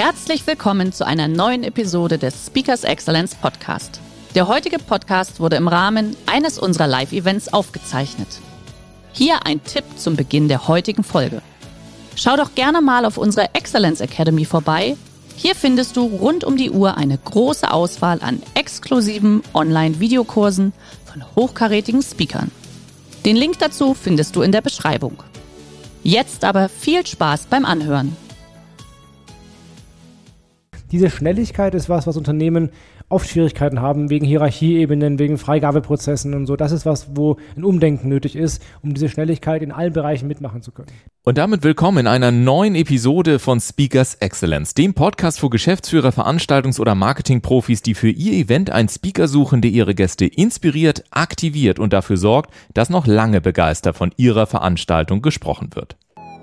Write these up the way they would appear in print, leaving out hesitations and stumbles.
Herzlich willkommen zu einer neuen Episode des Speakers Excellence Podcast. Der heutige Podcast wurde im Rahmen eines unserer Live-Events aufgezeichnet. Hier ein Tipp zum Beginn der heutigen Folge. Schau doch gerne mal auf unserer Excellence Academy vorbei. Hier findest du rund um die Uhr eine große Auswahl an exklusiven Online-Videokursen von hochkarätigen Speakern. Den Link dazu findest du in der Beschreibung. Jetzt aber viel Spaß beim Anhören. Diese Schnelligkeit ist was Unternehmen oft Schwierigkeiten haben, wegen Hierarchieebenen, wegen Freigabeprozessen und so. Das ist was, wo ein Umdenken nötig ist, um diese Schnelligkeit in allen Bereichen mitmachen zu können. Und damit willkommen in einer neuen Episode von Speakers Excellence, dem Podcast für Geschäftsführer, Veranstaltungs- oder Marketingprofis, die für ihr Event einen Speaker suchen, der ihre Gäste inspiriert, aktiviert und dafür sorgt, dass noch lange begeistert von ihrer Veranstaltung gesprochen wird.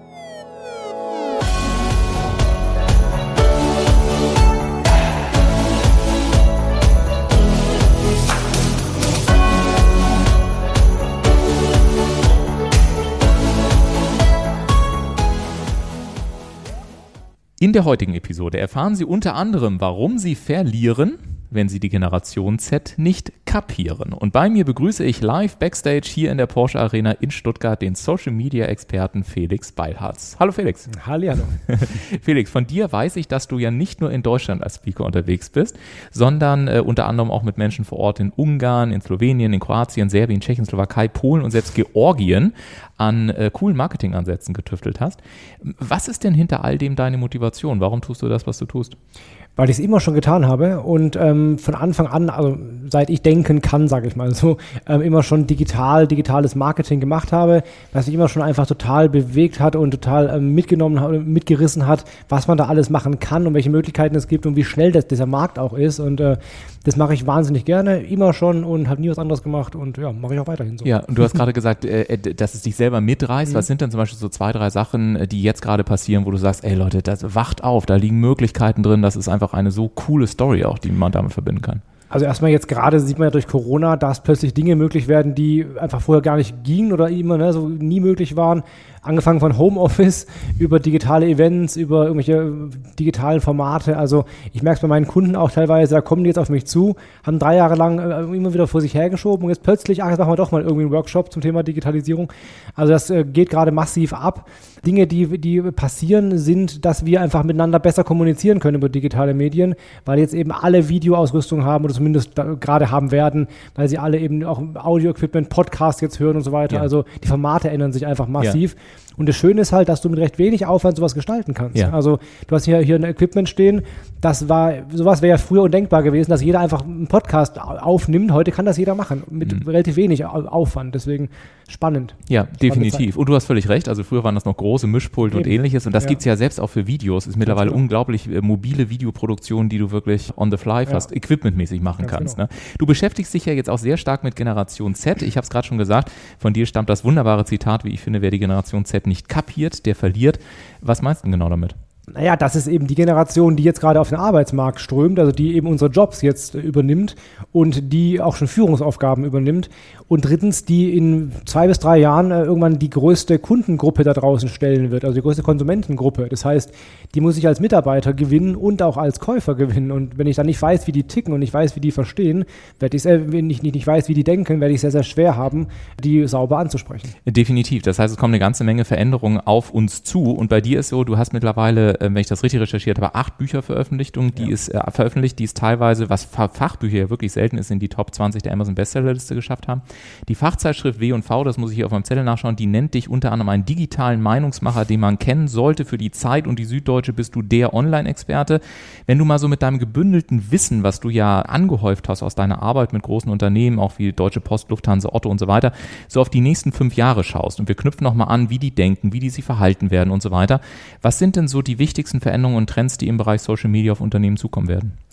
In der heutigen Episode erfahren Sie unter anderem, warum Sie verlieren, wenn Sie die Generation Z nicht kapieren. Und bei mir begrüße ich live Backstage hier in der Porsche Arena in Stuttgart den Social-Media-Experten Felix Beilharz. Hallo Felix. Hallihallo. Felix, von dir weiß ich, dass du ja nicht nur in Deutschland als Speaker unterwegs bist, sondern unter anderem auch mit Menschen vor Ort in Ungarn, in Slowenien, in Kroatien, Serbien, Tschechien, Slowakei, Polen und selbst Georgien an coolen Marketingansätzen getüftelt hast. Was ist denn hinter all dem deine Motivation? Warum tust du das, was du tust? Weil ich es immer schon getan habe und von Anfang an, also seit ich denken kann, sage ich mal so, immer schon digitales Marketing gemacht habe, was mich immer schon einfach total bewegt hat und total mitgerissen hat, was man da alles machen kann und welche Möglichkeiten es gibt und wie schnell dieser Markt auch ist. Und das mache ich wahnsinnig gerne, immer schon und habe nie was anderes gemacht und ja, mache ich auch weiterhin so. Ja, und du hast gerade gesagt, dass es dich selber mitreißt. Was sind denn zum Beispiel so 2, 3 Sachen, die jetzt gerade passieren, wo du sagst, ey Leute, das wacht auf, da liegen Möglichkeiten drin, das ist einfach eine so coole Story auch, die man damit verbinden kann. Also erstmal jetzt gerade sieht man ja durch Corona, dass plötzlich Dinge möglich werden, die einfach vorher gar nicht gingen oder immer so nie möglich waren. Angefangen von Homeoffice über digitale Events, über irgendwelche digitalen Formate. Also ich merke es bei meinen Kunden auch teilweise, da kommen die jetzt auf mich zu, haben 3 Jahre lang immer wieder vor sich hergeschoben und jetzt plötzlich, jetzt machen wir doch mal irgendwie einen Workshop zum Thema Digitalisierung. Also das geht gerade massiv ab. Dinge, die passieren, sind, dass wir einfach miteinander besser kommunizieren können über digitale Medien, weil jetzt eben alle Videoausrüstung haben oder zumindest gerade haben werden, weil sie alle eben auch Audio-Equipment, Podcast jetzt hören und so weiter. Ja. Also die Formate ändern sich einfach massiv. Ja. Und das Schöne ist halt, dass du mit recht wenig Aufwand sowas gestalten kannst. Ja. Also du hast hier ein Equipment stehen, sowas wäre ja früher undenkbar gewesen, dass jeder einfach einen Podcast aufnimmt. Heute kann das jeder machen, mit relativ wenig Aufwand. Deswegen spannend. Ja, definitiv. Und du hast völlig recht. Also früher waren das noch große Mischpulte und ähnliches. Und das gibt es ja selbst auch für Videos. Ist mittlerweile unglaublich mobile Videoproduktion, die du wirklich on the fly fast equipmentmäßig machen kannst. Genau. Ne? Du beschäftigst dich ja jetzt auch sehr stark mit Generation Z. Ich habe es gerade schon gesagt, von dir stammt das wunderbare Zitat, wie ich finde, wer die Generation Z nicht kapiert, der verliert. Was meinst du denn genau damit? Naja, das ist eben die Generation, die jetzt gerade auf den Arbeitsmarkt strömt, also die eben unsere Jobs jetzt übernimmt und die auch schon Führungsaufgaben übernimmt. Und drittens, die in 2 bis 3 Jahren irgendwann die größte Kundengruppe da draußen stellen wird, also die größte Konsumentengruppe. Das heißt, die muss ich als Mitarbeiter gewinnen und auch als Käufer gewinnen. Und wenn ich dann nicht weiß, wie die ticken und nicht weiß, wie die verstehen, wenn ich nicht weiß, wie die denken, werde ich es sehr, sehr schwer haben, die sauber anzusprechen. Definitiv. Das heißt, es kommen eine ganze Menge Veränderungen auf uns zu. Und bei dir ist so, du hast mittlerweile, wenn ich das richtig recherchiert habe, 8 Bücher veröffentlicht, die es teilweise, was Fachbücher ja wirklich selten ist, in die Top 20 der Amazon Bestsellerliste geschafft haben. Die Fachzeitschrift W&V, das muss ich hier auf meinem Zettel nachschauen, die nennt dich unter anderem einen digitalen Meinungsmacher, den man kennen sollte. Für die Zeit und die Süddeutsche bist du der Online-Experte. Wenn du mal so mit deinem gebündelten Wissen, was du ja angehäuft hast aus deiner Arbeit mit großen Unternehmen, auch wie Deutsche Post, Lufthansa, Otto und so weiter, so auf die nächsten 5 Jahre schaust und wir knüpfen nochmal an, wie die denken, wie die sich verhalten werden und so weiter. Was sind denn so die wichtigsten Veränderungen und Trends, die im Bereich Social Media auf Unternehmen zukommen werden?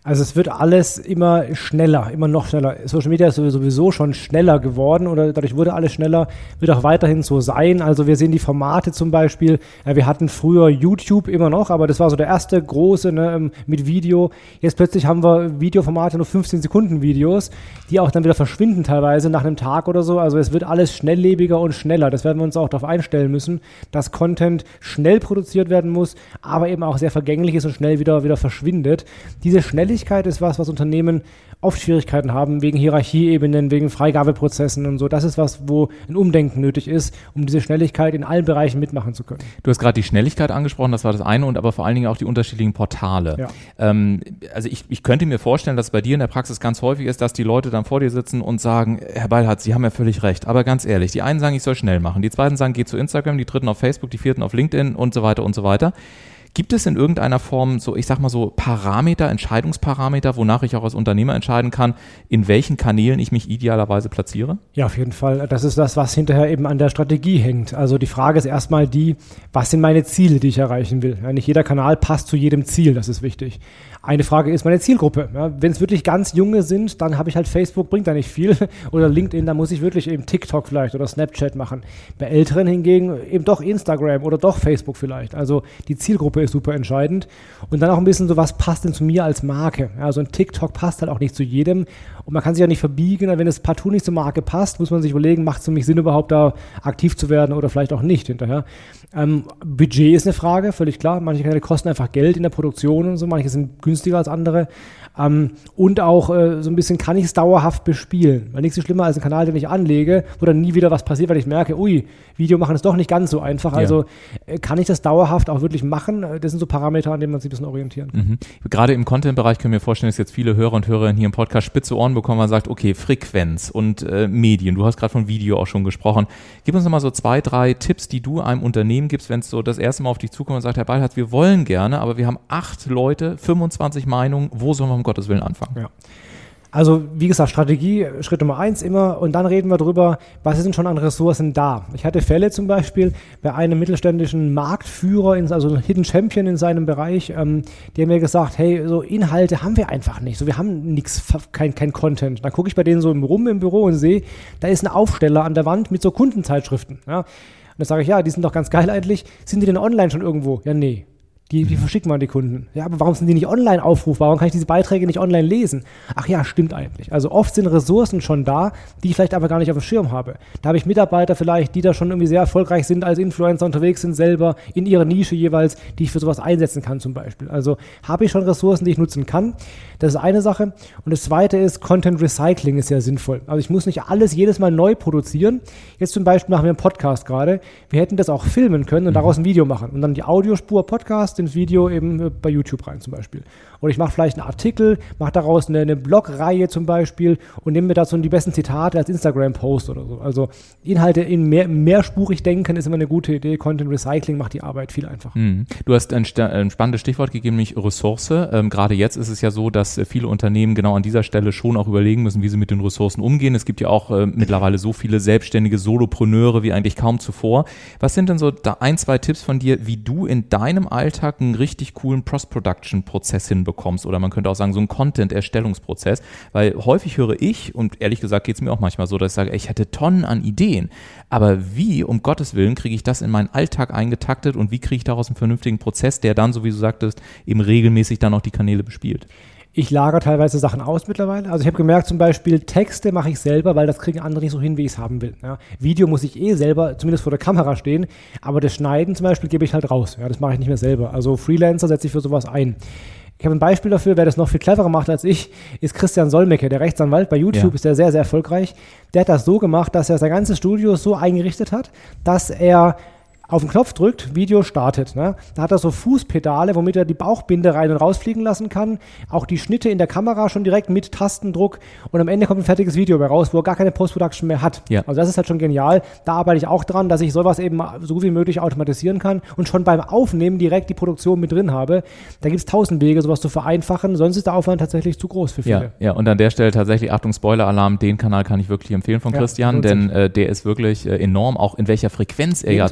Also es wird alles immer schneller, immer noch schneller. Social Media ist sowieso schon schneller geworden oder dadurch wurde alles schneller, wird auch weiterhin so sein. Also wir sehen die Formate zum Beispiel, wir hatten früher YouTube immer noch, aber das war so der erste große, ne, mit Video. Jetzt plötzlich haben wir Videoformate, nur 15 Sekunden Videos, die auch dann wieder verschwinden teilweise nach einem Tag oder so. Also es wird alles schnelllebiger und schneller. Das werden wir uns auch darauf einstellen müssen, dass Content schnell produziert werden muss, aber eben auch sehr vergänglich ist und schnell wieder verschwindet. Diese Schnelligkeit ist was Unternehmen oft Schwierigkeiten haben, wegen Hierarchieebenen, wegen Freigabeprozessen und so. Das ist was, wo ein Umdenken nötig ist, um diese Schnelligkeit in allen Bereichen mitmachen zu können. Du hast gerade die Schnelligkeit angesprochen, das war das eine, und aber vor allen Dingen auch die unterschiedlichen Portale. Ja. Also ich könnte mir vorstellen, dass es bei dir in der Praxis ganz häufig ist, dass die Leute dann vor dir sitzen und sagen, Herr Beilhardt, Sie haben ja völlig recht, aber ganz ehrlich, die einen sagen, ich soll schnell machen, die zweiten sagen, geh zu Instagram, die dritten auf Facebook, die vierten auf LinkedIn und so weiter und so weiter. Gibt es in irgendeiner Form so, ich sag mal so Parameter, Entscheidungsparameter, wonach ich auch als Unternehmer entscheiden kann, in welchen Kanälen ich mich idealerweise platziere? Ja, auf jeden Fall. Das ist das, was hinterher eben an der Strategie hängt. Also die Frage ist erstmal was sind meine Ziele, die ich erreichen will? Ja, nicht jeder Kanal passt zu jedem Ziel, das ist wichtig. Eine Frage ist meine Zielgruppe. Ja, wenn es wirklich ganz junge sind, dann habe ich halt Facebook, bringt da nicht viel. Oder LinkedIn, da muss ich wirklich eben TikTok vielleicht oder Snapchat machen. Bei Älteren hingegen eben doch Instagram oder doch Facebook vielleicht. Also die Zielgruppe ist super entscheidend. Und dann auch ein bisschen so, was passt denn zu mir als Marke? Ja, also ein TikTok passt halt auch nicht zu jedem. Und man kann sich ja nicht verbiegen. Wenn es partout nicht zur Marke passt, muss man sich überlegen, macht es für mich Sinn, überhaupt da aktiv zu werden oder vielleicht auch nicht hinterher. Budget ist eine Frage, völlig klar. Manche Kanäle kosten einfach Geld in der Produktion und so. Manche sind günstiger als andere. Und auch so ein bisschen, kann ich es dauerhaft bespielen? Weil nichts so schlimmer als ein Kanal, den ich anlege, wo dann nie wieder was passiert, weil ich merke, Video machen ist doch nicht ganz so einfach. Ja. Also kann ich das dauerhaft auch wirklich machen? Das sind so Parameter, an denen man sich ein bisschen orientieren kann. Mhm. Gerade im Content-Bereich können wir vorstellen, dass jetzt viele Hörer und Hörerinnen hier im Podcast spitze Ohren bekommen, man sagt, okay, Frequenz und Medien. Du hast gerade von Video auch schon gesprochen. Gib uns nochmal so 2, 3 Tipps, die du einem Unternehmen gibst, wenn es so das erste Mal auf dich zukommt und sagt, Herr Beilhardt, wir wollen gerne, aber wir haben 8 Leute, 25 Meinungen, wo sollen wir um Gottes Willen anfangen? Ja. Also wie gesagt, Strategie, Schritt Nummer 1 immer, und dann reden wir drüber, was sind schon an Ressourcen da. Ich hatte Fälle zum Beispiel bei einem mittelständischen Marktführer, also ein Hidden Champion in seinem Bereich, der mir gesagt, hey, so Inhalte haben wir einfach nicht, so wir haben nichts, kein Content. Dann gucke ich bei denen so rum im Büro und sehe, da ist ein Aufsteller an der Wand mit so Kundenzeitschriften. Ja. Und dann sage ich, ja, die sind doch ganz geil eigentlich, sind die denn online schon irgendwo? Ja, nee. Die verschicken wir an die Kunden. Ja, aber warum sind die nicht online aufrufbar? Warum kann ich diese Beiträge nicht online lesen? Ach ja, stimmt eigentlich. Also oft sind Ressourcen schon da, die ich vielleicht aber gar nicht auf dem Schirm habe. Da habe ich Mitarbeiter vielleicht, die da schon irgendwie sehr erfolgreich sind, als Influencer unterwegs sind, selber in ihrer Nische jeweils, die ich für sowas einsetzen kann zum Beispiel. Also habe ich schon Ressourcen, die ich nutzen kann. Das ist eine Sache. Und das zweite ist, Content Recycling ist sehr sinnvoll. Also ich muss nicht alles jedes Mal neu produzieren. Jetzt zum Beispiel machen wir einen Podcast gerade. Wir hätten das auch filmen können und daraus ein Video machen. Und dann die Audiospur Podcast ins Video eben bei YouTube rein zum Beispiel. Oder ich mache vielleicht einen Artikel, mache daraus eine Blogreihe zum Beispiel und nehme mir dazu die besten Zitate als Instagram-Post oder so. Also Inhalte in mehrspurig denken ist immer eine gute Idee. Content Recycling macht die Arbeit viel einfacher. Du hast ein spannendes Stichwort gegeben, nämlich Ressource. Gerade jetzt ist es ja so, dass viele Unternehmen genau an dieser Stelle schon auch überlegen müssen, wie sie mit den Ressourcen umgehen. Es gibt ja auch mittlerweile so viele selbstständige Solopreneure wie eigentlich kaum zuvor. Was sind denn so 1, 2 Tipps von dir, wie du in deinem Alltag einen richtig coolen Post-Production-Prozess hinbekommst, oder man könnte auch sagen, so einen Content-Erstellungsprozess, weil häufig höre ich, und ehrlich gesagt geht es mir auch manchmal so, dass ich sage, ich hätte Tonnen an Ideen, aber wie, um Gottes Willen, kriege ich das in meinen Alltag eingetaktet und wie kriege ich daraus einen vernünftigen Prozess, der dann, so wie du sagtest, eben regelmäßig dann auch die Kanäle bespielt? Ich lagere teilweise Sachen aus mittlerweile. Also ich habe gemerkt, zum Beispiel Texte mache ich selber, weil das kriegen andere nicht so hin, wie ich es haben will. Ja. Video muss ich selber, zumindest vor der Kamera stehen, aber das Schneiden zum Beispiel gebe ich halt raus. Ja, das mache ich nicht mehr selber. Also Freelancer setze ich für sowas ein. Ich habe ein Beispiel dafür, wer das noch viel cleverer macht als ich, ist Christian Solmecke, der Rechtsanwalt. Bei YouTube ist der sehr, sehr erfolgreich. Der hat das so gemacht, dass er sein ganzes Studio so eingerichtet hat, dass er auf den Knopf drückt, Video startet. Ne? Da hat er so Fußpedale, womit er die Bauchbinde rein und rausfliegen lassen kann. Auch die Schnitte in der Kamera schon direkt mit Tastendruck. Und am Ende kommt ein fertiges Video mehr raus, wo er gar keine Post-Production mehr hat. Ja. Also das ist halt schon genial. Da arbeite ich auch dran, dass ich sowas eben so wie möglich automatisieren kann und schon beim Aufnehmen direkt die Produktion mit drin habe. Da gibt es 1000 Wege, sowas zu vereinfachen. Sonst ist der Aufwand tatsächlich zu groß für viele. Ja, und an der Stelle tatsächlich, Achtung, Spoiler-Alarm, den Kanal kann ich wirklich empfehlen von Christian, denn der ist wirklich enorm, auch in welcher Frequenz er tatsächlich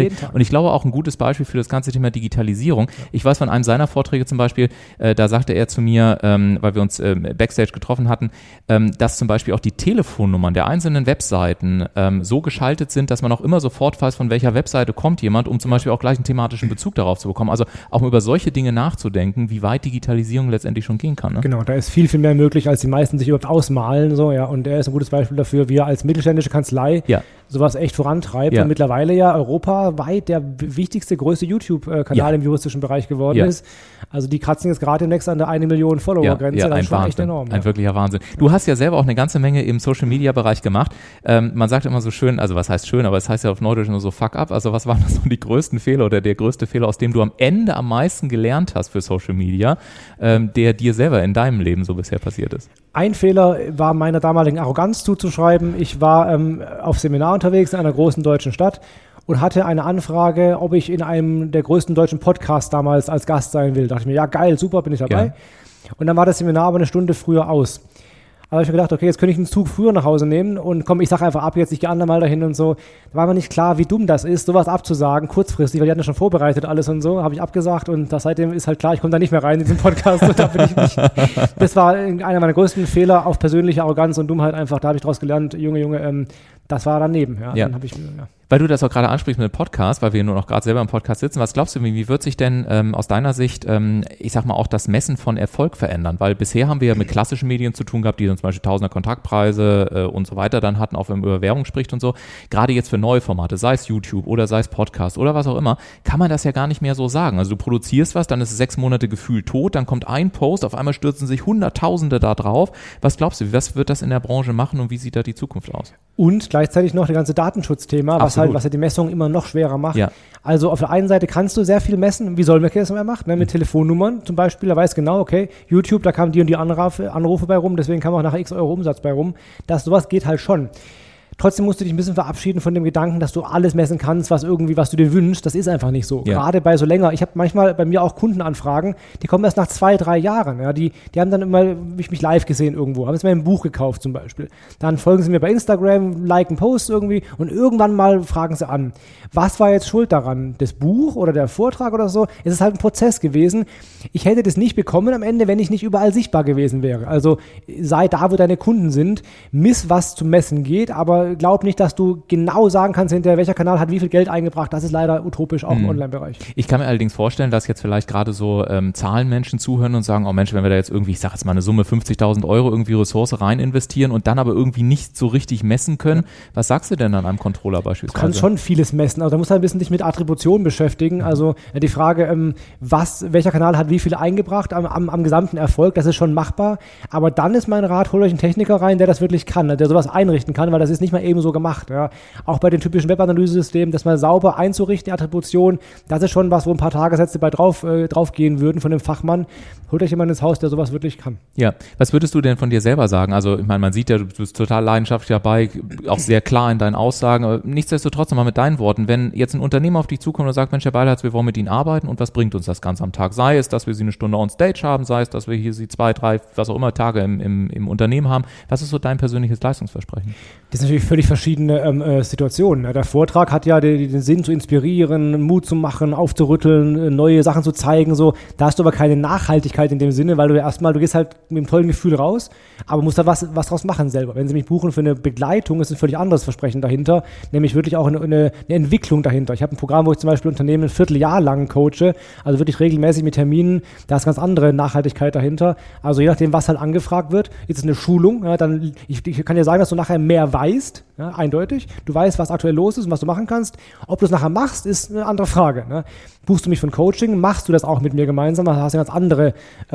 Jeden Tag. Und ich glaube auch ein gutes Beispiel für das ganze Thema Digitalisierung. Ich weiß von einem seiner Vorträge zum Beispiel, da sagte er zu mir, weil wir uns Backstage getroffen hatten, dass zum Beispiel auch die Telefonnummern der einzelnen Webseiten so geschaltet sind, dass man auch immer sofort weiß, von welcher Webseite kommt jemand, um zum Beispiel auch gleich einen thematischen Bezug darauf zu bekommen. Also auch mal über solche Dinge nachzudenken, wie weit Digitalisierung letztendlich schon gehen kann. Ne? Genau, da ist viel, viel mehr möglich, als die meisten sich überhaupt ausmalen. So, ja. Und er ist ein gutes Beispiel dafür, wie er als mittelständische Kanzlei sowas echt vorantreibt und mittlerweile ja europaweit der wichtigste, größte YouTube-Kanal im juristischen Bereich geworden ist. Also die kratzen jetzt gerade demnächst an der 1 Million Follower-Grenze. Das ist schon echt enorm. Ein wirklicher Wahnsinn. Du hast ja selber auch eine ganze Menge im Social-Media-Bereich gemacht. Man sagt immer so schön, also was heißt schön, aber es heißt ja auf Neudeutsch nur so fuck up. Also was waren so die größten Fehler oder der größte Fehler, aus dem du am Ende am meisten gelernt hast für Social Media, der dir selber in deinem Leben so bisher passiert ist? Ein Fehler war meiner damaligen Arroganz zuzuschreiben. Ich war auf Seminar unterwegs in einer großen deutschen Stadt und hatte eine Anfrage, ob ich in einem der größten deutschen Podcasts damals als Gast sein will. Da dachte ich mir, ja geil, super, bin ich dabei. Ja. Und dann war das Seminar aber eine Stunde früher aus. Also habe ich mir gedacht, okay, jetzt könnte ich den Zug früher nach Hause nehmen und komm, ich sage einfach ab, jetzt ich gehe andermal dahin und so. Da war mir nicht klar, wie dumm das ist, sowas abzusagen, kurzfristig, weil die hatten ja schon vorbereitet alles und so, habe ich abgesagt und seitdem ist halt klar, ich komme da nicht mehr rein in diesen Podcast und da bin ich nicht. Das war einer meiner größten Fehler auf persönliche Arroganz und Dummheit einfach, da habe ich daraus gelernt, Junge, das war daneben. Dann habe ich, Weil du das auch gerade ansprichst mit dem Podcast, weil wir nur noch gerade selber im Podcast sitzen, was glaubst du, wie wird sich denn aus deiner Sicht, ich sag mal, auch das Messen von Erfolg verändern? Weil bisher haben wir ja mit klassischen Medien zu tun gehabt, die dann zum Beispiel Tausender Kontaktpreise und so weiter dann hatten, auch wenn man über Werbung spricht und so. Gerade jetzt für neue Formate, sei es YouTube oder sei es Podcast oder was auch immer, kann man das ja gar nicht mehr so sagen. Also du produzierst was, dann ist es 6 Monate gefühlt tot, dann kommt ein Post, auf einmal stürzen sich Hunderttausende da drauf. Was glaubst du, was wird das in der Branche machen und wie sieht da die Zukunft aus? Und gleichzeitig noch das ganze Datenschutzthema, was ja die Messung immer noch schwerer macht. Ja. Also auf der einen Seite kannst du sehr viel messen, wie Solmecke es immer macht, ne, mit Telefonnummern zum Beispiel. Er weiß genau, okay, YouTube, da kamen die und die Anrufe bei rum, deswegen kam auch nachher x Euro Umsatz bei rum. Sowas geht halt schon. Trotzdem musst du dich ein bisschen verabschieden von dem Gedanken, dass du alles messen kannst, was du dir wünschst. Das ist einfach nicht so. Ja. Gerade bei so länger. Ich habe manchmal bei mir auch Kundenanfragen, die kommen erst nach 2-3 Jahren. Ja, die haben dann immer mich live gesehen irgendwo, haben jetzt mal ein Buch gekauft zum Beispiel. Dann folgen sie mir bei Instagram, liken Posts irgendwie und irgendwann mal fragen sie an, was war jetzt schuld daran? Das Buch oder der Vortrag oder so? Es ist halt ein Prozess gewesen. Ich hätte das nicht bekommen am Ende, wenn ich nicht überall sichtbar gewesen wäre. Also sei da, wo deine Kunden sind, miss, was zu messen geht, aber glaub nicht, dass du genau sagen kannst, hinterher welcher Kanal hat wie viel Geld eingebracht. Das ist leider utopisch, auch im Online-Bereich. Ich kann mir allerdings vorstellen, dass jetzt vielleicht gerade so Zahlenmenschen zuhören und sagen, oh Mensch, wenn wir da jetzt irgendwie, ich sag jetzt mal eine Summe 50.000 Euro irgendwie Ressource rein investieren und dann aber irgendwie nicht so richtig messen können. Was sagst du denn an einem Controller beispielsweise? Du kannst schon vieles messen. Also da musst du halt ein bisschen dich mit Attribution beschäftigen. Also die Frage, welcher Kanal hat wie viel eingebracht am gesamten Erfolg, das ist schon machbar. Aber dann ist mein Rat, holt euch einen Techniker rein, der das wirklich kann, der sowas einrichten kann, weil das ist nicht mal eben so gemacht. Ja. Auch bei den typischen Webanalysesystemen, das mal sauber einzurichten, die Attribution, das ist schon was, wo ein paar Tagessätze bei drauf gehen würden von dem Fachmann. Holt euch jemanden ins Haus, der sowas wirklich kann. Ja, was würdest du denn von dir selber sagen? Also ich meine, man sieht ja, du bist total leidenschaftlich dabei, auch sehr klar in deinen Aussagen, aber nichtsdestotrotz nochmal mit deinen Worten, wenn jetzt ein Unternehmen auf dich zukommt und sagt, Mensch, Herr Beilharz, wir wollen mit Ihnen arbeiten und was bringt uns das Ganze am Tag? Sei es, dass wir Sie eine Stunde on Stage haben, sei es, dass wir hier Sie 2, 3, was auch immer Tage im Unternehmen haben. Was ist so dein persönliches Leistungsversprechen? Das sind natürlich völlig verschiedene Situationen. Der Vortrag hat ja den Sinn zu inspirieren, Mut zu machen, aufzurütteln, neue Sachen zu zeigen. So. Da hast du aber keine Nachhaltigkeit in dem Sinne, weil du gehst halt mit einem tollen Gefühl raus, aber musst da was draus machen selber. Wenn sie mich buchen für eine Begleitung, ist ein völlig anderes Versprechen dahinter, nämlich wirklich auch eine Entwicklung dahinter. Ich habe ein Programm, wo ich zum Beispiel Unternehmen ein Vierteljahr lang coache, also wirklich regelmäßig mit Terminen, da ist ganz andere Nachhaltigkeit dahinter. Also je nachdem, was halt angefragt wird, ist es eine Schulung, ja, dann ich kann dir sagen, dass du nachher mehr weißt, ja, eindeutig. Du weißt, was aktuell los ist und was du machen kannst. Ob du es nachher machst, ist eine andere Frage. Ne? Buchst du mich für ein Coaching, machst du das auch mit mir gemeinsam, dann hast du eine ganz andere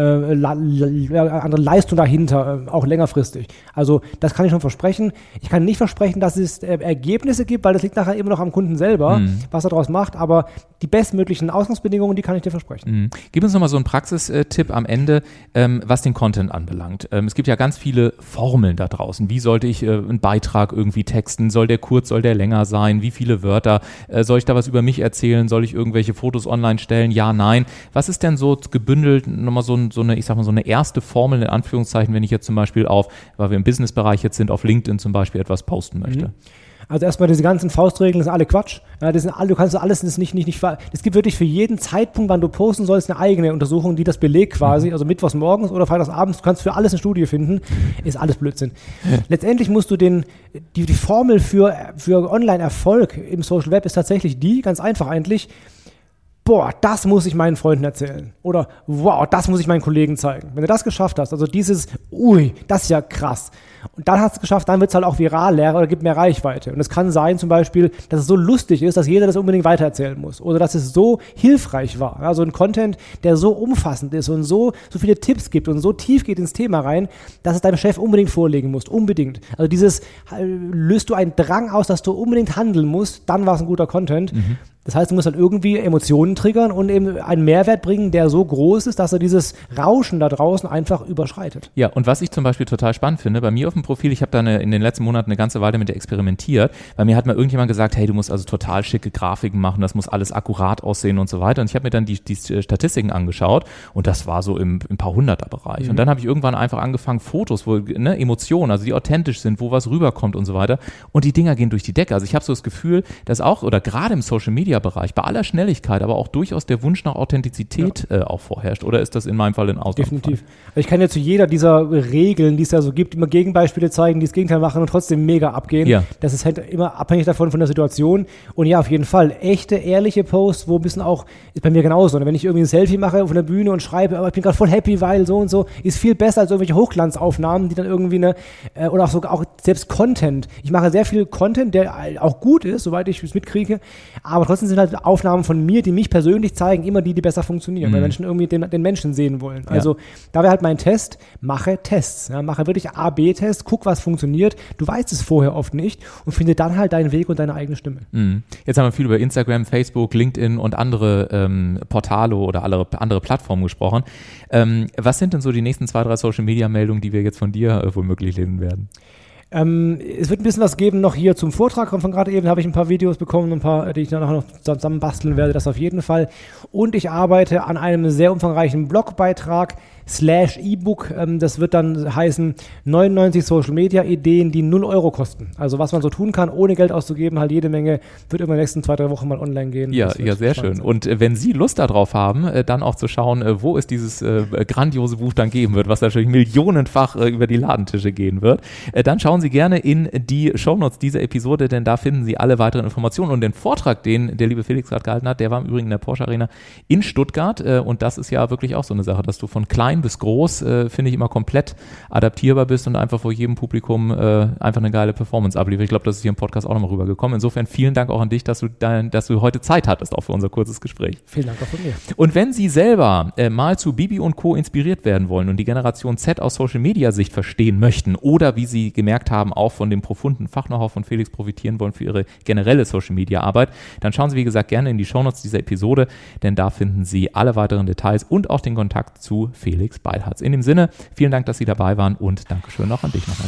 Leistung dahinter, auch längerfristig. Also das kann ich schon versprechen. Ich kann nicht versprechen, dass es Ergebnisse gibt, weil das liegt nachher immer noch am Kunden selber, was er daraus macht, aber die bestmöglichen Ausgangsbedingungen, die kann ich dir versprechen. Gib uns nochmal so einen Praxistipp am Ende, was den Content anbelangt. Es gibt ja ganz viele Formeln da draußen. Wie sollte ich einen Beitrag irgendwie texten? Soll der kurz, soll der länger sein? Wie viele Wörter? Soll ich da was über mich erzählen? Soll ich irgendwelche Fotos online stellen? Ja, nein. Was ist denn so gebündelt, nochmal so eine erste Formel in Anführungszeichen, wenn ich jetzt zum Beispiel weil wir im Businessbereich jetzt sind, auf LinkedIn zum Beispiel etwas posten möchte? Also erstmal diese ganzen Faustregeln, das sind alle Quatsch. Ja, das sind alle, du kannst alles das nicht. Es gibt wirklich für jeden Zeitpunkt, wann du posten sollst, eine eigene Untersuchung, die das belegt quasi. Also mittwochs morgens oder freitags abends, du kannst für alles eine Studie finden. Ist alles Blödsinn. Letztendlich musst du die Formel für Online-Erfolg im Social Web ist tatsächlich ganz einfach eigentlich. Boah, das muss ich meinen Freunden erzählen. Oder, wow, das muss ich meinen Kollegen zeigen. Wenn du das geschafft hast, also dieses, das ist ja krass. Und dann hast du es geschafft, dann wird es halt auch viral oder gibt mehr Reichweite. Und es kann sein zum Beispiel, dass es so lustig ist, dass jeder das unbedingt weitererzählen muss. Oder dass es so hilfreich war. Also ein Content, der so umfassend ist und so viele Tipps gibt und so tief geht ins Thema rein, dass es deinem Chef unbedingt vorlegen musst. Unbedingt. Also löst du einen Drang aus, dass du unbedingt handeln musst, dann war es ein guter Content. Das heißt, du musst halt irgendwie Emotionen triggern und eben einen Mehrwert bringen, der so groß ist, dass er dieses Rauschen da draußen einfach überschreitet. Ja, und was ich zum Beispiel total spannend finde, bei mir auf dem Profil, ich habe da in den letzten Monaten eine ganze Weile mit der experimentiert, weil mir hat mal irgendjemand gesagt, hey, du musst also total schicke Grafiken machen, das muss alles akkurat aussehen und so weiter. Und ich habe mir dann die Statistiken angeschaut und das war so im paar Hunderter-Bereich. Und dann habe ich irgendwann einfach angefangen, Fotos, wo Emotionen, also die authentisch sind, wo was rüberkommt und so weiter. Und die Dinger gehen durch die Decke. Also ich habe so das Gefühl, dass auch, oder gerade im Social-Media-Bereich, bei aller Schnelligkeit, aber auch durchaus der Wunsch nach Authentizität auch vorherrscht. Oder ist das in meinem Fall ein Ausnahmefall? Definitiv. Ich kann ja zu jeder dieser Regeln, die es da so gibt, immer Gegenbeispiele zeigen, die das Gegenteil machen und trotzdem mega abgehen. Ja. Das ist halt immer abhängig davon von der Situation. Und ja, auf jeden Fall, echte, ehrliche Posts, wo ein bisschen auch, ist bei mir genauso. Und wenn ich irgendwie ein Selfie mache von der Bühne und schreibe, aber ich bin gerade voll happy, weil so und so, ist viel besser als irgendwelche Hochglanzaufnahmen, die dann irgendwie oder auch selbst Content. Ich mache sehr viel Content, der auch gut ist, soweit ich es mitkriege, aber trotzdem sind halt Aufnahmen von mir, die mich persönlich zeigen, immer die besser funktionieren, weil Menschen irgendwie den Menschen sehen wollen. Also da wäre halt mein Test, mache Tests. Ja, mache wirklich A-B-Tests, guck, was funktioniert. Du weißt es vorher oft nicht und finde dann halt deinen Weg und deine eigene Stimme. Jetzt haben wir viel über Instagram, Facebook, LinkedIn und andere Portale oder andere Plattformen gesprochen. Was sind denn so die nächsten 2, 3 Social-Media-Meldungen, die wir jetzt von dir womöglich lesen werden? Es wird ein bisschen was geben noch hier zum Vortrag. Von gerade eben habe ich ein paar Videos bekommen, ein paar, die ich dann noch zusammenbasteln werde, das auf jeden Fall. Und ich arbeite an einem sehr umfangreichen Blogbeitrag /E-Book. Das wird dann heißen 99 Social-Media-Ideen, die 0 € kosten. Also was man so tun kann, ohne Geld auszugeben, halt jede Menge, wird in den nächsten 2, 3 Wochen mal online gehen. Ja, sehr schön. Und wenn Sie Lust darauf haben, dann auch zu schauen, wo es dieses grandiose Buch dann geben wird, was natürlich millionenfach über die Ladentische gehen wird, dann schauen Sie gerne in die Shownotes dieser Episode, denn da finden Sie alle weiteren Informationen. Und den Vortrag, den der liebe Felix gerade gehalten hat, der war im Übrigen in der Porsche Arena in Stuttgart. Und das ist ja wirklich auch so eine Sache, dass du von klein bis groß, finde ich, immer komplett adaptierbar bist und einfach vor jedem Publikum einfach eine geile Performance ablieferst. Ich glaube, das ist hier im Podcast auch nochmal rübergekommen. Insofern vielen Dank auch an dich, dass du heute Zeit hattest, auch für unser kurzes Gespräch. Vielen Dank auch von mir. Und wenn Sie selber mal zu Bibi und Co. inspiriert werden wollen und die Generation Z aus Social-Media-Sicht verstehen möchten oder, wie Sie gemerkt haben, auch von dem profunden Fach-Know-how von Felix profitieren wollen für ihre generelle Social-Media-Arbeit, dann schauen Sie, wie gesagt, gerne in die Shownotes dieser Episode, denn da finden Sie alle weiteren Details und auch den Kontakt zu Felix Beilharz. In dem Sinne, vielen Dank, dass Sie dabei waren und Dankeschön auch an dich nochmal.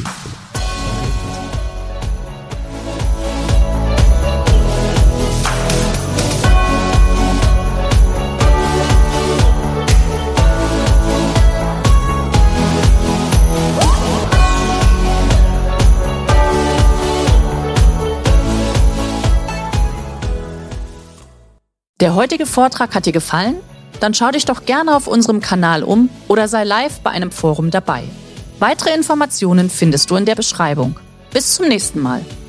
Der heutige Vortrag hat dir gefallen? Dann schau dich doch gerne auf unserem Kanal um oder sei live bei einem Forum dabei. Weitere Informationen findest du in der Beschreibung. Bis zum nächsten Mal.